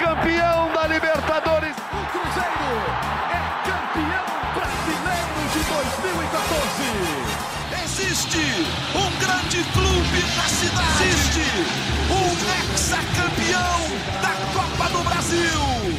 campeão da Libertadores. O Cruzeiro é campeão brasileiro de 2014. Existe um grande clube na cidade. Existe um hexacampeão da Copa do Brasil.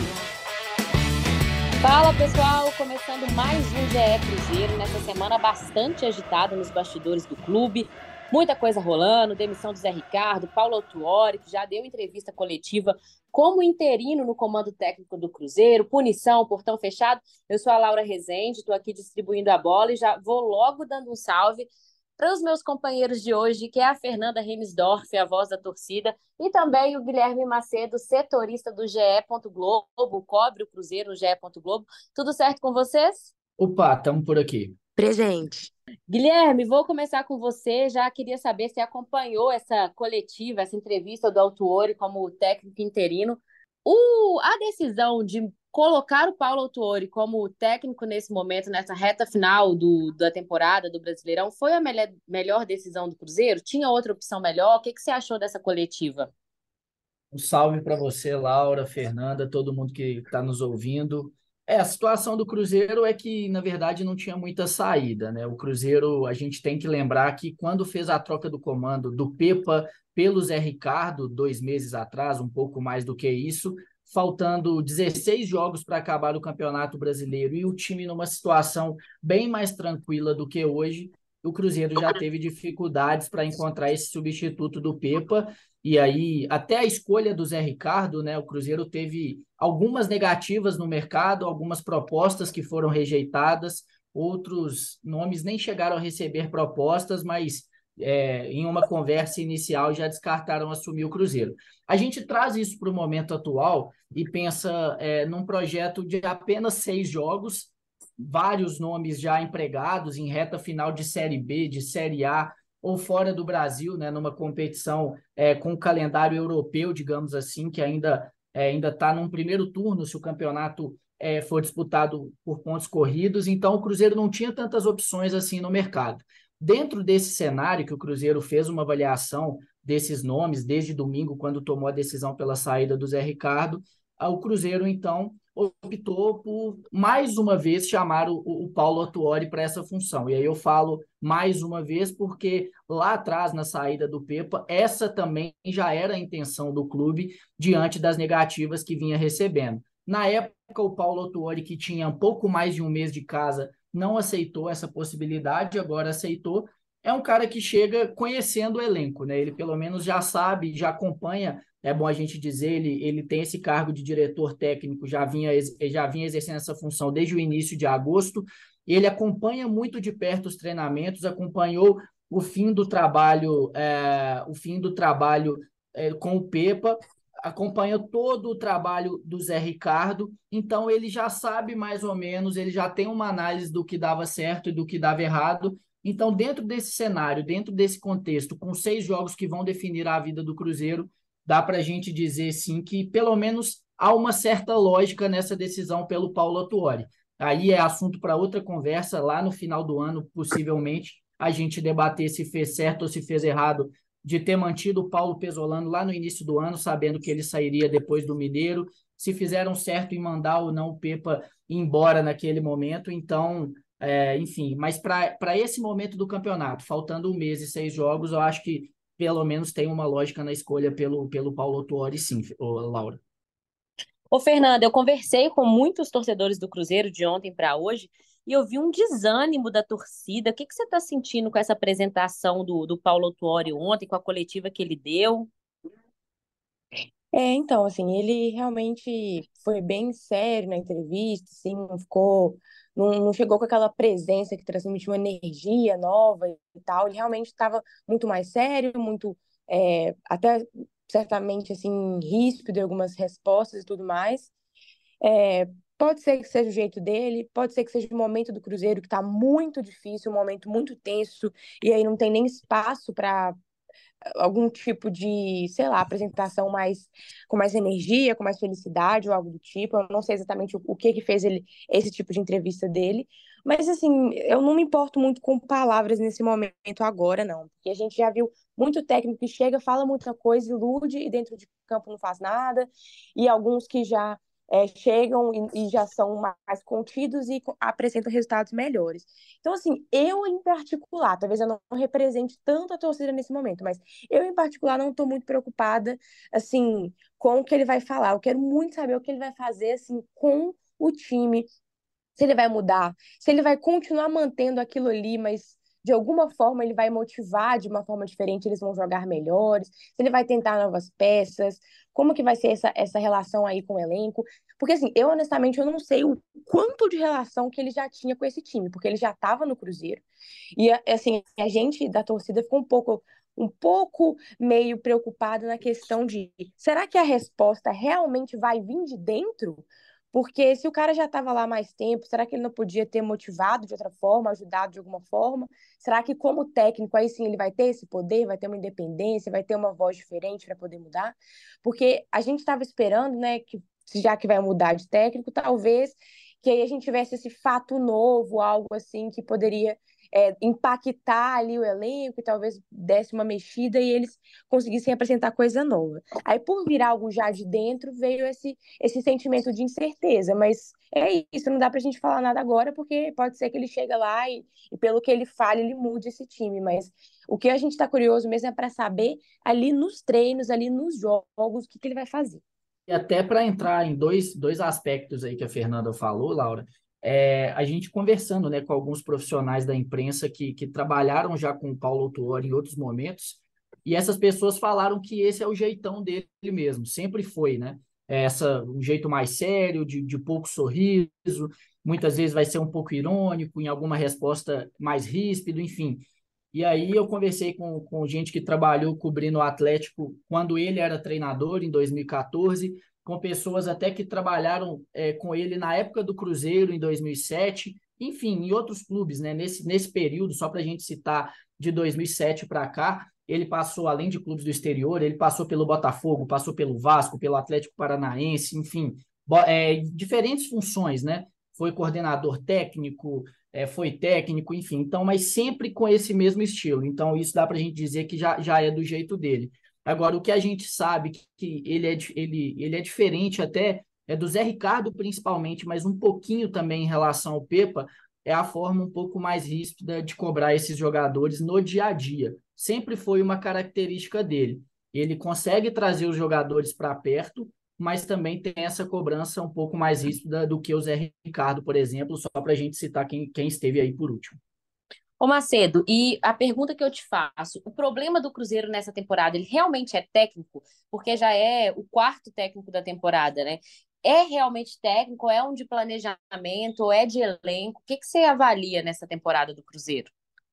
Fala pessoal, começando mais um GE Cruzeiro nessa semana bastante agitada nos bastidores do clube. Muita coisa rolando, demissão do Zé Ricardo, Paulo Autuori, que já deu entrevista coletiva como interino no comando técnico do Cruzeiro, punição, portão fechado. Eu sou a Laura Rezende, estou aqui distribuindo a bola e já vou logo dando um salve para os meus companheiros de hoje, que é a Fernanda Remisdorf, a voz da torcida, e também o Guilherme Macedo, setorista do GE. Globo, cobre o Cruzeiro no GE. Globo. Tudo certo com vocês? Opa, estamos por aqui. Presente. Guilherme, vou começar com você. Já queria saber se acompanhou essa coletiva, essa entrevista do Autuori como técnico interino. A decisão de colocar o Paulo Autuori como técnico nesse momento, nessa reta final da temporada do Brasileirão, foi a melhor decisão do Cruzeiro? Tinha outra opção melhor? O que você achou dessa coletiva? Um salve para você, Laura, Fernanda, todo mundo que está nos ouvindo. A situação do Cruzeiro é que, na verdade, não tinha muita saída, né? O Cruzeiro, a gente tem que lembrar que quando fez a troca do comando do Pepa pelo Zé Ricardo, 2 meses atrás, um pouco mais do que isso, faltando 16 jogos para acabar o Campeonato Brasileiro e o time numa situação bem mais tranquila do que hoje, o Cruzeiro já teve dificuldades para encontrar esse substituto do Pepa. E aí, até a escolha do Zé Ricardo, né? O Cruzeiro teve algumas negativas no mercado, algumas propostas que foram rejeitadas, outros nomes nem chegaram a receber propostas, mas em uma conversa inicial já descartaram assumir o Cruzeiro. A gente traz isso para o momento atual e pensa num projeto de apenas 6 jogos, vários nomes já empregados em reta final de Série B, de Série A, ou fora do Brasil, né, numa competição com o calendário europeu, digamos assim, que ainda está num primeiro turno, se o campeonato for disputado por pontos corridos. Então, o Cruzeiro não tinha tantas opções assim no mercado. Dentro desse cenário que o Cruzeiro fez uma avaliação desses nomes, desde domingo, quando tomou a decisão pela saída do Zé Ricardo, o Cruzeiro, então, optou por, mais uma vez, chamar o Paulo Autuori para essa função. E aí eu falo mais uma vez porque lá atrás, na saída do Pepa, essa também já era a intenção do clube diante das negativas que vinha recebendo. Na época, o Paulo Autuori, que tinha um pouco mais de um mês de casa, não aceitou essa possibilidade, agora aceitou. É um cara que chega conhecendo o elenco, né? Ele pelo menos já sabe, já acompanha. É bom a gente dizer, ele tem esse cargo de diretor técnico, já vinha exercendo essa função desde o início de agosto. Ele acompanha muito de perto os treinamentos, acompanhou o fim do trabalho, com o Pepa, acompanha todo o trabalho do Zé Ricardo, então ele já sabe mais ou menos, ele já tem uma análise do que dava certo e do que dava errado. Então, dentro desse cenário, dentro desse contexto, com 6 jogos que vão definir a vida do Cruzeiro, dá para a gente dizer, sim, que pelo menos há uma certa lógica nessa decisão pelo Paulo Autuori. Aí é assunto para outra conversa, lá no final do ano, possivelmente, a gente debater se fez certo ou se fez errado de ter mantido o Paulo Pesolano lá no início do ano, sabendo que ele sairia depois do Mineiro, se fizeram certo em mandar ou não o Pepa embora naquele momento. Então, enfim, mas para esse momento do campeonato, faltando 1 mês e 6 jogos, eu acho que pelo menos tem uma lógica na escolha pelo Paulo Autuori, sim, Laura. Ô, Fernanda, eu conversei com muitos torcedores do Cruzeiro de ontem para hoje e eu vi um desânimo da torcida. O que você está sentindo com essa apresentação do Paulo Autuori ontem, com a coletiva que ele deu? Então, assim, ele realmente foi bem sério na entrevista, assim, não chegou com aquela presença que transmite uma energia nova e tal. Ele realmente estava muito mais sério, muito, até certamente, assim, ríspido em algumas respostas e tudo mais. Pode ser que seja o jeito dele, pode ser que seja o momento do Cruzeiro que está muito difícil, um momento muito tenso, e aí não tem nem espaço para algum tipo de, sei lá, apresentação com mais energia, com mais felicidade ou algo do tipo. Eu não sei exatamente o que fez esse tipo de entrevista dele, Mas, assim, eu não me importo muito com palavras nesse momento agora, não. Porque a gente já viu muito técnico que chega, fala muita coisa, ilude e dentro de campo não faz nada. E alguns que já chegam e já são mais contidos e apresentam resultados melhores. Então, assim, eu em particular, talvez eu não represente tanto a torcida nesse momento, mas eu em particular não estou muito preocupada, assim, com o que ele vai falar. Eu quero muito saber o que ele vai fazer, assim, com o time, se ele vai mudar, se ele vai continuar mantendo aquilo ali, mas de alguma forma ele vai motivar de uma forma diferente, eles vão jogar melhores, se ele vai tentar novas peças, como que vai ser essa relação aí com o elenco. Porque assim, eu honestamente eu não sei o quanto de relação que ele já tinha com esse time, porque ele já estava no Cruzeiro. E assim, a gente da torcida ficou um pouco meio preocupado na questão de será que a resposta realmente vai vir de dentro? Porque se o cara já estava lá há mais tempo, será que ele não podia ter motivado de outra forma, ajudado de alguma forma? Será que, como técnico, aí sim ele vai ter esse poder, vai ter uma independência, vai ter uma voz diferente para poder mudar? Porque a gente estava esperando, né, que já que vai mudar de técnico, talvez que aí a gente tivesse esse fato novo, algo assim que poderia impactar ali o elenco e talvez desse uma mexida e eles conseguissem apresentar coisa nova. Aí, por vir algo já de dentro, veio esse sentimento de incerteza, mas é isso, não dá pra gente falar nada agora, porque pode ser que ele chega lá e pelo que ele fale, ele mude esse time, mas o que a gente tá curioso mesmo é para saber ali nos treinos, ali nos jogos, o que ele vai fazer. E até para entrar em dois aspectos aí que a Fernanda falou, Laura, a gente conversando, né, com alguns profissionais da imprensa que trabalharam já com o Paulo Autuori em outros momentos, e essas pessoas falaram que esse é o jeitão dele mesmo, sempre foi, né? Um jeito mais sério, de pouco sorriso, muitas vezes vai ser um pouco irônico, em alguma resposta mais ríspido, enfim. E aí eu conversei com gente que trabalhou cobrindo o Atlético quando ele era treinador, em 2014, com pessoas até que trabalharam com ele na época do Cruzeiro, em 2007, enfim, em outros clubes, né? Nesse período, só para a gente citar, de 2007 para cá, ele passou, além de clubes do exterior, ele passou pelo Botafogo, passou pelo Vasco, pelo Atlético Paranaense, enfim, diferentes funções, né? Foi coordenador técnico, foi técnico, enfim, então, mas sempre com esse mesmo estilo. Então, isso dá para a gente dizer que já é do jeito dele. Agora, o que a gente sabe que ele é diferente até do Zé Ricardo, principalmente, mas um pouquinho também em relação ao Pepa, é a forma um pouco mais ríspida de cobrar esses jogadores no dia a dia. Sempre foi uma característica dele. Ele consegue trazer os jogadores para perto, mas também tem essa cobrança um pouco mais ríspida do que o Zé Ricardo, por exemplo, só para a gente citar quem esteve aí por último. Ô Macedo, e a pergunta que eu te faço, o problema do Cruzeiro nessa temporada, ele realmente é técnico? Porque já é o quarto técnico da temporada, né? É realmente técnico? É um de planejamento? É de elenco? O que que você avalia nessa temporada do Cruzeiro?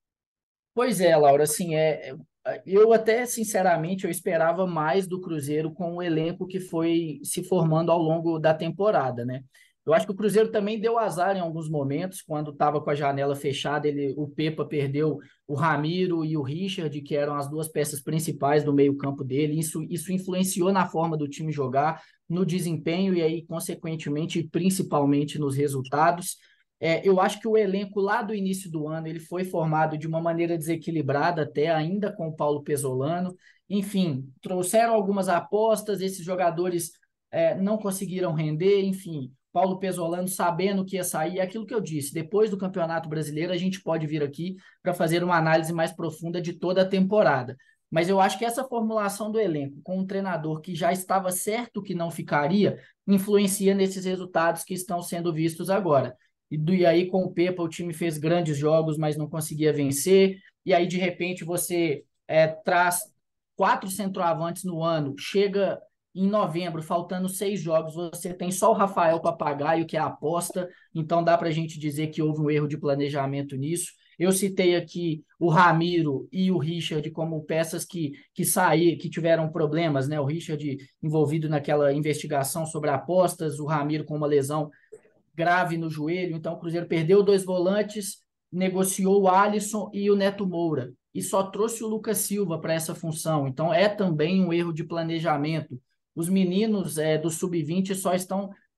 Pois é, Laura, assim, eu até, sinceramente, eu esperava mais do Cruzeiro com o elenco que foi se formando ao longo da temporada, né? Eu acho que o Cruzeiro também deu azar em alguns momentos, quando estava com a janela fechada, o Pepa perdeu o Ramiro e o Richard, que eram as duas peças principais do meio-campo dele. Isso influenciou na forma do time jogar, no desempenho e aí, consequentemente, principalmente nos resultados. Eu acho que o elenco lá do início do ano ele foi formado de uma maneira desequilibrada até, ainda com o Paulo Pesolano. Enfim, trouxeram algumas apostas, esses jogadores não conseguiram render, enfim. Paulo Pesolano sabendo que ia sair, é aquilo que eu disse, depois do Campeonato Brasileiro a gente pode vir aqui para fazer uma análise mais profunda de toda a temporada. Mas eu acho que essa formulação do elenco, com um treinador que já estava certo que não ficaria, influencia nesses resultados que estão sendo vistos agora. E aí, com o Pepa, o time fez grandes jogos, mas não conseguia vencer. E aí, de repente, você traz 4 centroavantes no ano, chega em novembro, faltando 6 jogos, você tem só o Rafael Papagaio, que é a aposta, então dá para a gente dizer que houve um erro de planejamento nisso. Eu citei aqui o Ramiro e o Richard como peças que tiveram problemas, né? O Richard envolvido naquela investigação sobre apostas, o Ramiro com uma lesão grave no joelho, então o Cruzeiro perdeu 2 volantes, negociou o Alisson e o Neto Moura, e só trouxe o Lucas Silva para essa função, então é também um erro de planejamento. Os meninos do Sub-20 só estão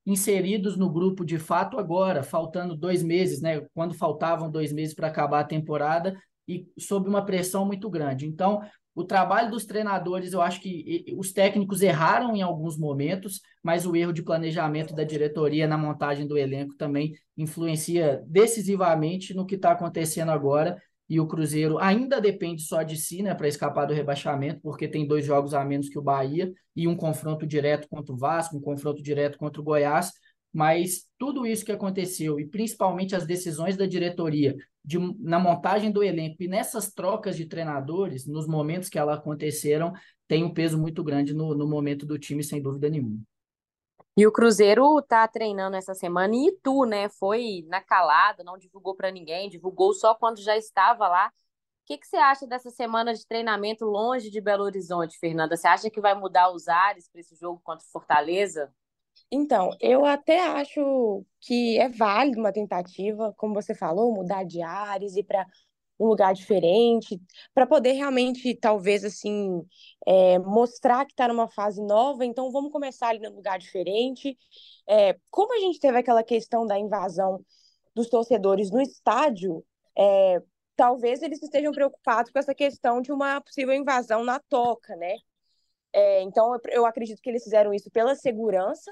inseridos no grupo de fato agora, faltando 2 meses, né? Quando faltavam 2 meses para acabar a temporada e sob uma pressão muito grande. Então, o trabalho dos treinadores, eu acho que os técnicos erraram em alguns momentos, mas o erro de planejamento da diretoria na montagem do elenco também influencia decisivamente no que está acontecendo agora. E o Cruzeiro ainda depende só de si, né, para escapar do rebaixamento, porque tem 2 jogos a menos que o Bahia e um confronto direto contra o Vasco, um confronto direto contra o Goiás. Mas tudo isso que aconteceu, e principalmente as decisões da diretoria na montagem do elenco e nessas trocas de treinadores, nos momentos que elas aconteceram, tem um peso muito grande no momento do time, sem dúvida nenhuma. E o Cruzeiro tá treinando essa semana em Itu, né? Foi na calada, não divulgou para ninguém, divulgou só quando já estava lá. O que que você acha dessa semana de treinamento longe de Belo Horizonte, Fernanda? Você acha que vai mudar os ares para esse jogo contra o Fortaleza? Então, eu até acho que é válido uma tentativa, como você falou, mudar de ares, ir para um lugar diferente, para poder realmente, talvez, assim, mostrar que está numa fase nova. Então, vamos começar ali num lugar diferente. Como a gente teve aquela questão da invasão dos torcedores no estádio, é, talvez eles estejam preocupados com essa questão de uma possível invasão na Toca, né? Então, eu acredito que eles fizeram isso pela segurança.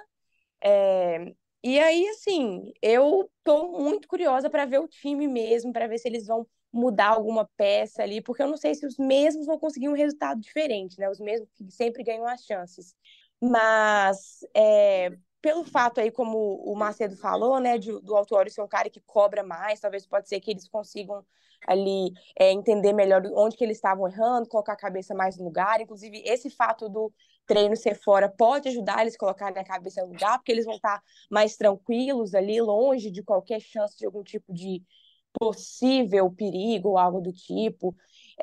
É, e aí, assim, eu tô muito curiosa para ver o time mesmo, para ver se eles vão mudar alguma peça ali, porque eu não sei se os mesmos vão conseguir um resultado diferente, né? Os mesmos que sempre ganham as chances. Mas, pelo fato aí, como o Macedo falou, né, do Autuori ser um cara que cobra mais, talvez pode ser que eles consigam ali entender melhor onde que eles estavam errando, colocar a cabeça mais no lugar. Inclusive, esse fato do treino ser fora pode ajudar eles a colocarem a cabeça no lugar, porque eles vão estar mais tranquilos ali, longe de qualquer chance de algum tipo de possível perigo ou algo do tipo.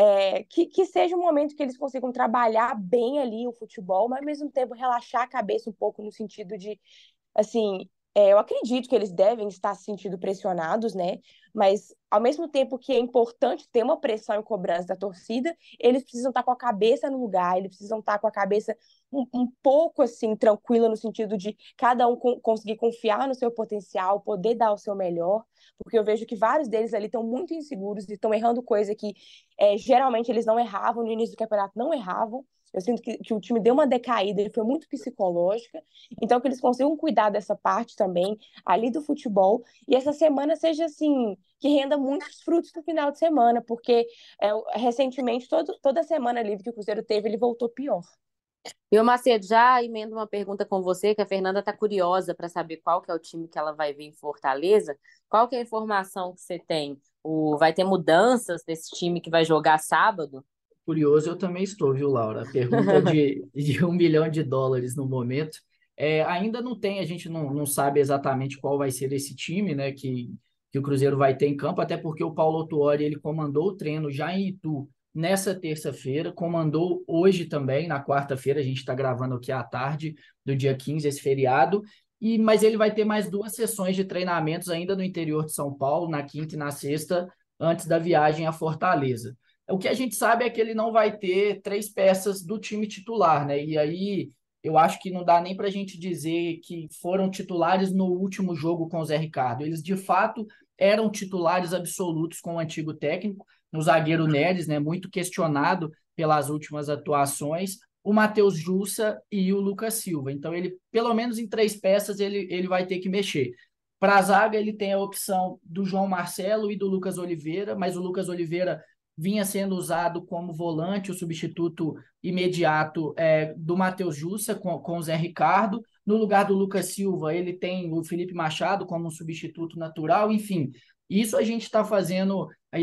Que seja um momento que eles consigam trabalhar bem ali o futebol, mas ao mesmo tempo relaxar a cabeça um pouco no sentido de, assim, eu acredito que eles devem estar se sentindo pressionados, né? Mas ao mesmo tempo que é importante ter uma pressão e cobrança da torcida, eles precisam estar com a cabeça no lugar, eles precisam estar com a cabeça um pouco assim tranquila no sentido de cada um conseguir confiar no seu potencial, poder dar o seu melhor, porque eu vejo que vários deles ali estão muito inseguros e estão errando coisa que geralmente eles não erravam no início do campeonato, não erravam. Eu sinto que o time deu uma decaída, ele foi muito psicológica. Então, que eles consigam cuidar dessa parte também, ali do futebol. E essa semana seja, assim, que renda muitos frutos no final de semana, porque recentemente, toda semana livre que o Cruzeiro teve, ele voltou pior. E o Macedo, já emendo uma pergunta com você, que a Fernanda está curiosa para saber qual que é o time que ela vai ver em Fortaleza. Qual que é a informação que você tem? Vai ter mudanças desse time que vai jogar sábado? Curioso, eu também estou, viu, Laura? Pergunta de US$ 1 milhão no momento. Ainda não tem, a gente não sabe exatamente qual vai ser esse time, né, que o Cruzeiro vai ter em campo, até porque o Paulo Autuori, ele comandou o treino já em Itu nessa terça-feira, comandou hoje também, na quarta-feira, a gente está gravando aqui à tarde do dia 15, esse feriado, mas ele vai ter mais 2 sessões de treinamentos ainda no interior de São Paulo, na quinta e na sexta, antes da viagem a Fortaleza. O que a gente sabe é que ele não vai ter 3 peças do time titular, né? E aí eu acho que não dá nem para a gente dizer que foram titulares no último jogo com o Zé Ricardo. Eles, de fato, eram titulares absolutos com o antigo técnico, no zagueiro Neres, né? Muito questionado pelas últimas atuações, o Matheus Jussa e o Lucas Silva. Então, ele, pelo menos em 3 peças, ele vai ter que mexer. Para a zaga, ele tem a opção do João Marcelo e do Lucas Oliveira, mas o Lucas Oliveira vinha sendo usado como volante, o substituto imediato do Matheus Jussa com o Zé Ricardo. No lugar do Lucas Silva, ele tem o Felipe Machado como um substituto natural. Enfim, isso a gente está fazendo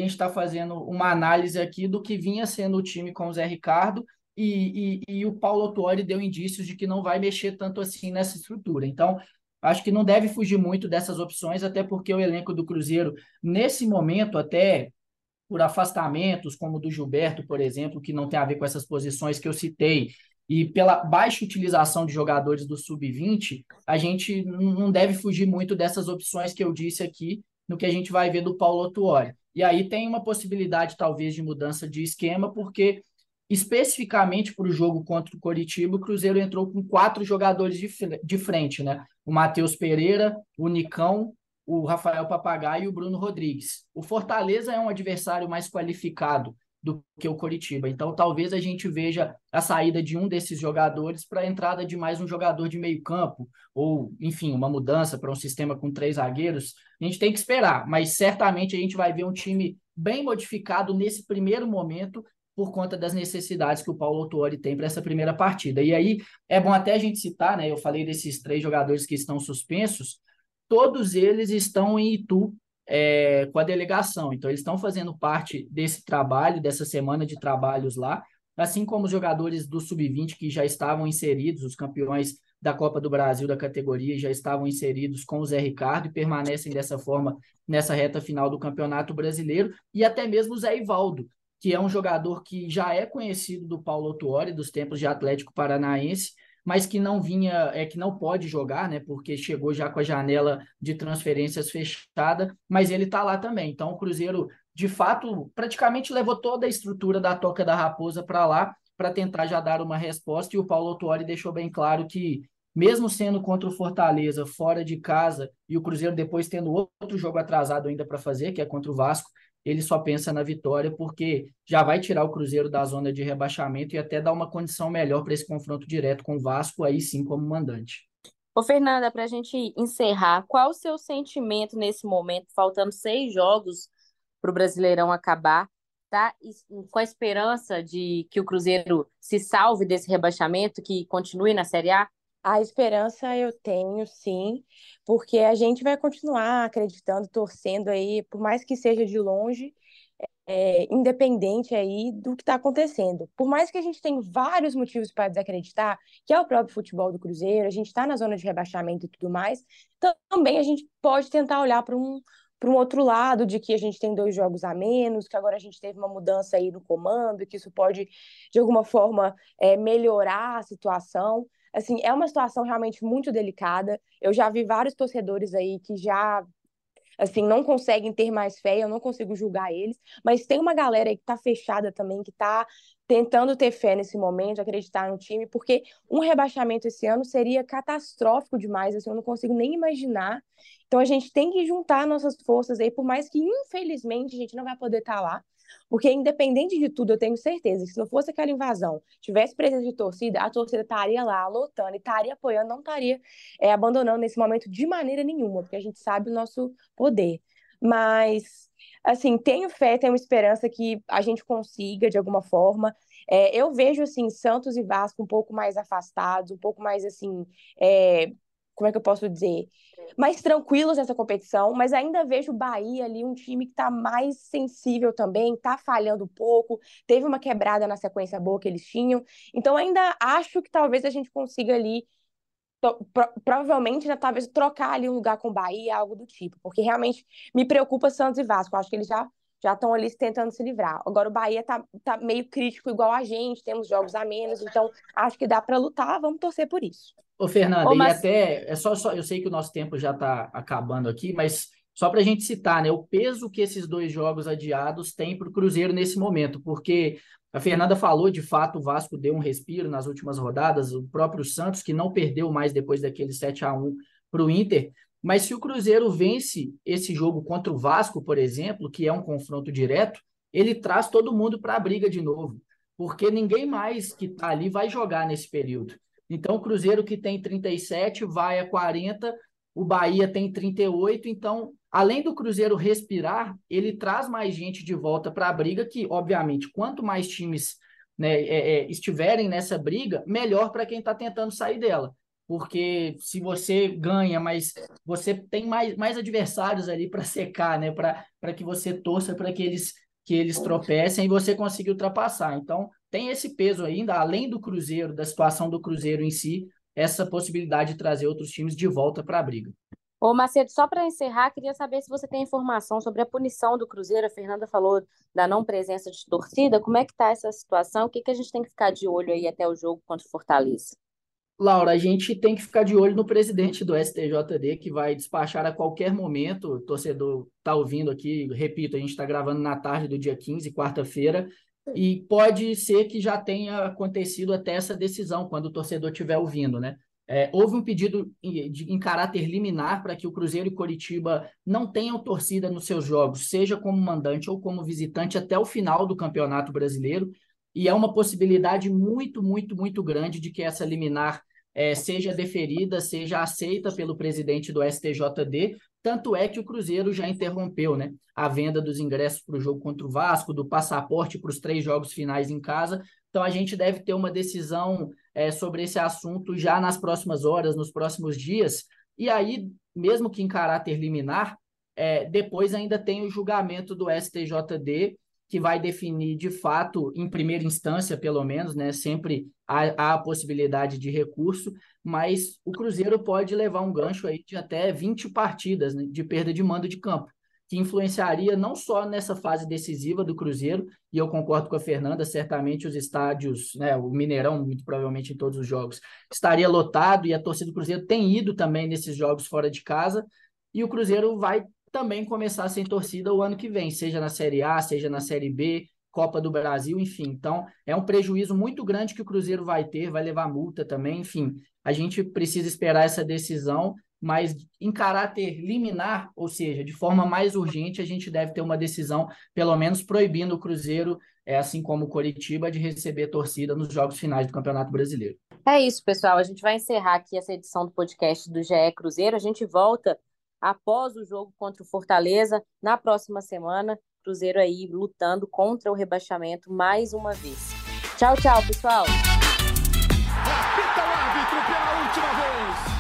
uma análise aqui do que vinha sendo o time com o Zé Ricardo, e o Paulo Autuori deu indícios de que não vai mexer tanto assim nessa estrutura. Então, acho que não deve fugir muito dessas opções, até porque o elenco do Cruzeiro, nesse momento, até por afastamentos, como o do Gilberto, por exemplo, que não tem a ver com essas posições que eu citei, e pela baixa utilização de jogadores do Sub-20, a gente não deve fugir muito dessas opções que eu disse aqui, no que a gente vai ver do Paulo Autuori. E aí tem uma possibilidade, talvez, de mudança de esquema, porque especificamente para o jogo contra o Coritiba, o Cruzeiro entrou com 4 jogadores de frente, né? O Matheus Pereira, o Nicão, o Rafael Papagaio e o Bruno Rodrigues. O Fortaleza é um adversário mais qualificado do que o Coritiba, então talvez a gente veja a saída de um desses jogadores para a entrada de mais um jogador de meio campo, ou, enfim, uma mudança para um sistema com 3 zagueiros. A gente tem que esperar, mas certamente a gente vai ver um time bem modificado nesse primeiro momento, por conta das necessidades que o Paulo Autuori tem para essa primeira partida. E aí é bom até a gente citar, né? Eu falei desses 3 jogadores que estão suspensos, todos eles estão em Itu, com a delegação. Então, eles estão fazendo parte desse trabalho, dessa semana de trabalhos lá, assim como os jogadores do Sub-20 que já estavam inseridos, os campeões da Copa do Brasil da categoria já estavam inseridos com o Zé Ricardo e permanecem dessa forma nessa reta final do Campeonato Brasileiro, e até mesmo o Zé Ivaldo, que é um jogador que já é conhecido do Paulo Autuori, dos tempos de Atlético Paranaense, mas que não vinha, que não pode jogar, né? Porque chegou já com a janela de transferências fechada, mas ele está lá também. Então o Cruzeiro, de fato, praticamente levou toda a estrutura da Toca da Raposa para lá, para tentar já dar uma resposta, e o Paulo Autuori deixou bem claro que, mesmo sendo contra o Fortaleza, fora de casa, e o Cruzeiro depois tendo outro jogo atrasado ainda para fazer, que é contra o Vasco, ele só pensa na vitória, porque já vai tirar o Cruzeiro da zona de rebaixamento e até dar uma condição melhor para esse confronto direto com o Vasco, aí sim como mandante. Ô, Fernanda, para a gente encerrar, qual o seu sentimento nesse momento, faltando 6 jogos para o Brasileirão acabar, tá? Com a esperança de que o Cruzeiro se salve desse rebaixamento, que continue na Série A? A esperança eu tenho, sim, porque a gente vai continuar acreditando, torcendo aí, por mais que seja de longe, independente aí do que está acontecendo. Por mais que a gente tenha vários motivos para desacreditar, que é o próprio futebol do Cruzeiro, a gente está na zona de rebaixamento e tudo mais, então, também a gente pode tentar olhar para um outro lado, de que a gente tem 2 jogos a menos, que agora a gente teve uma mudança aí no comando, que isso pode, de alguma forma, melhorar a situação. Assim, é uma situação realmente muito delicada. Eu já vi vários torcedores aí que já, assim, não conseguem ter mais fé, eu não consigo julgar eles, mas tem uma galera aí que tá fechada também, que tá tentando ter fé nesse momento, acreditar no time, porque um rebaixamento esse ano seria catastrófico demais, assim, eu não consigo nem imaginar. Então a gente tem que juntar nossas forças aí, por mais que infelizmente a gente não vai poder estar lá, porque independente de tudo, eu tenho certeza que se não fosse aquela invasão, tivesse presença de torcida, a torcida estaria lá lotando e estaria apoiando, não estaria abandonando nesse momento de maneira nenhuma, porque a gente sabe o nosso poder. Mas, assim, tenho fé, tenho esperança que a gente consiga, de alguma forma. Eu vejo, assim, Santos e Vasco um pouco mais afastados, um pouco mais, assim, como é que eu posso dizer? Mais tranquilos nessa competição, mas ainda vejo o Bahia ali, um time que está mais sensível também, está falhando um pouco, teve uma quebrada na sequência boa que eles tinham, então ainda acho que talvez a gente consiga ali, provavelmente, né, talvez trocar ali um lugar com o Bahia, algo do tipo, porque realmente me preocupa Santos e Vasco, acho que eles já estão ali tentando se livrar. Agora o Bahia tá meio crítico igual a gente, temos jogos a menos, então acho que dá para lutar, vamos torcer por isso. Ô, Fernanda, Ô, e mas até, eu sei que o nosso tempo já está acabando aqui, mas só para a gente citar, né, o peso que esses 2 jogos adiados têm para o Cruzeiro nesse momento, porque a Fernanda falou, de fato, o Vasco deu um respiro nas últimas rodadas, o próprio Santos, que não perdeu mais depois daquele 7-1 para o Inter, mas se o Cruzeiro vence esse jogo contra o Vasco, por exemplo, que é um confronto direto, ele traz todo mundo para a briga de novo, porque ninguém mais que está ali vai jogar nesse período. Então, o Cruzeiro, que tem 37, vai a 40, o Bahia tem 38. Então, além do Cruzeiro respirar, ele traz mais gente de volta para a briga, que, obviamente, quanto mais times, né, estiverem nessa briga, melhor para quem está tentando sair dela. Porque se você ganha, mas você tem mais adversários ali para secar, né, para que você torça para que eles tropecem e você consiga ultrapassar. Então, tem esse peso ainda, além do Cruzeiro, da situação do Cruzeiro em si, essa possibilidade de trazer outros times de volta para a briga. Ô, Macedo, só para encerrar, queria saber se você tem informação sobre a punição do Cruzeiro. A Fernanda falou da não presença de torcida. Como é que está essa situação? O que a gente tem que ficar de olho aí até o jogo contra o Fortaleza? Laura, a gente tem que ficar de olho no presidente do STJD, que vai despachar a qualquer momento. O torcedor está ouvindo aqui, repito, a gente está gravando na tarde do dia 15, quarta-feira. E pode ser que já tenha acontecido até essa decisão, quando o torcedor estiver ouvindo, né? Houve um pedido em caráter liminar para que o Cruzeiro e Coritiba não tenham torcida nos seus jogos, seja como mandante ou como visitante, até o final do Campeonato Brasileiro. E é uma possibilidade muito, muito, muito grande de que essa liminar seja deferida, seja aceita pelo presidente do STJD. Tanto é que o Cruzeiro já interrompeu, né, a venda dos ingressos para o jogo contra o Vasco, do passaporte para os 3 jogos finais em casa. Então a gente deve ter uma decisão sobre esse assunto já nas próximas horas, nos próximos dias. E aí, mesmo que em caráter liminar, depois ainda tem o julgamento do STJD, que vai definir de fato, em primeira instância, pelo menos, né? Sempre há a possibilidade de recurso, mas o Cruzeiro pode levar um gancho aí de até 20 partidas, né, de perda de mando de campo, que influenciaria não só nessa fase decisiva do Cruzeiro, e eu concordo com a Fernanda, certamente os estádios, né, o Mineirão, muito provavelmente em todos os jogos, estaria lotado, e a torcida do Cruzeiro tem ido também nesses jogos fora de casa, e o Cruzeiro vai também começar sem torcida o ano que vem, seja na Série A, seja na Série B, Copa do Brasil, enfim. Então, é um prejuízo muito grande que o Cruzeiro vai ter, vai levar multa também, enfim. A gente precisa esperar essa decisão, mas em caráter liminar, ou seja, de forma mais urgente, a gente deve ter uma decisão, pelo menos proibindo o Cruzeiro, assim como o Coritiba, de receber torcida nos jogos finais do Campeonato Brasileiro. É isso, pessoal. A gente vai encerrar aqui essa edição do podcast do GE Cruzeiro. A gente volta após o jogo contra o Fortaleza, na próxima semana. Cruzeiro aí lutando contra o rebaixamento mais uma vez. Tchau, tchau, pessoal! Apita o árbitro pela última vez!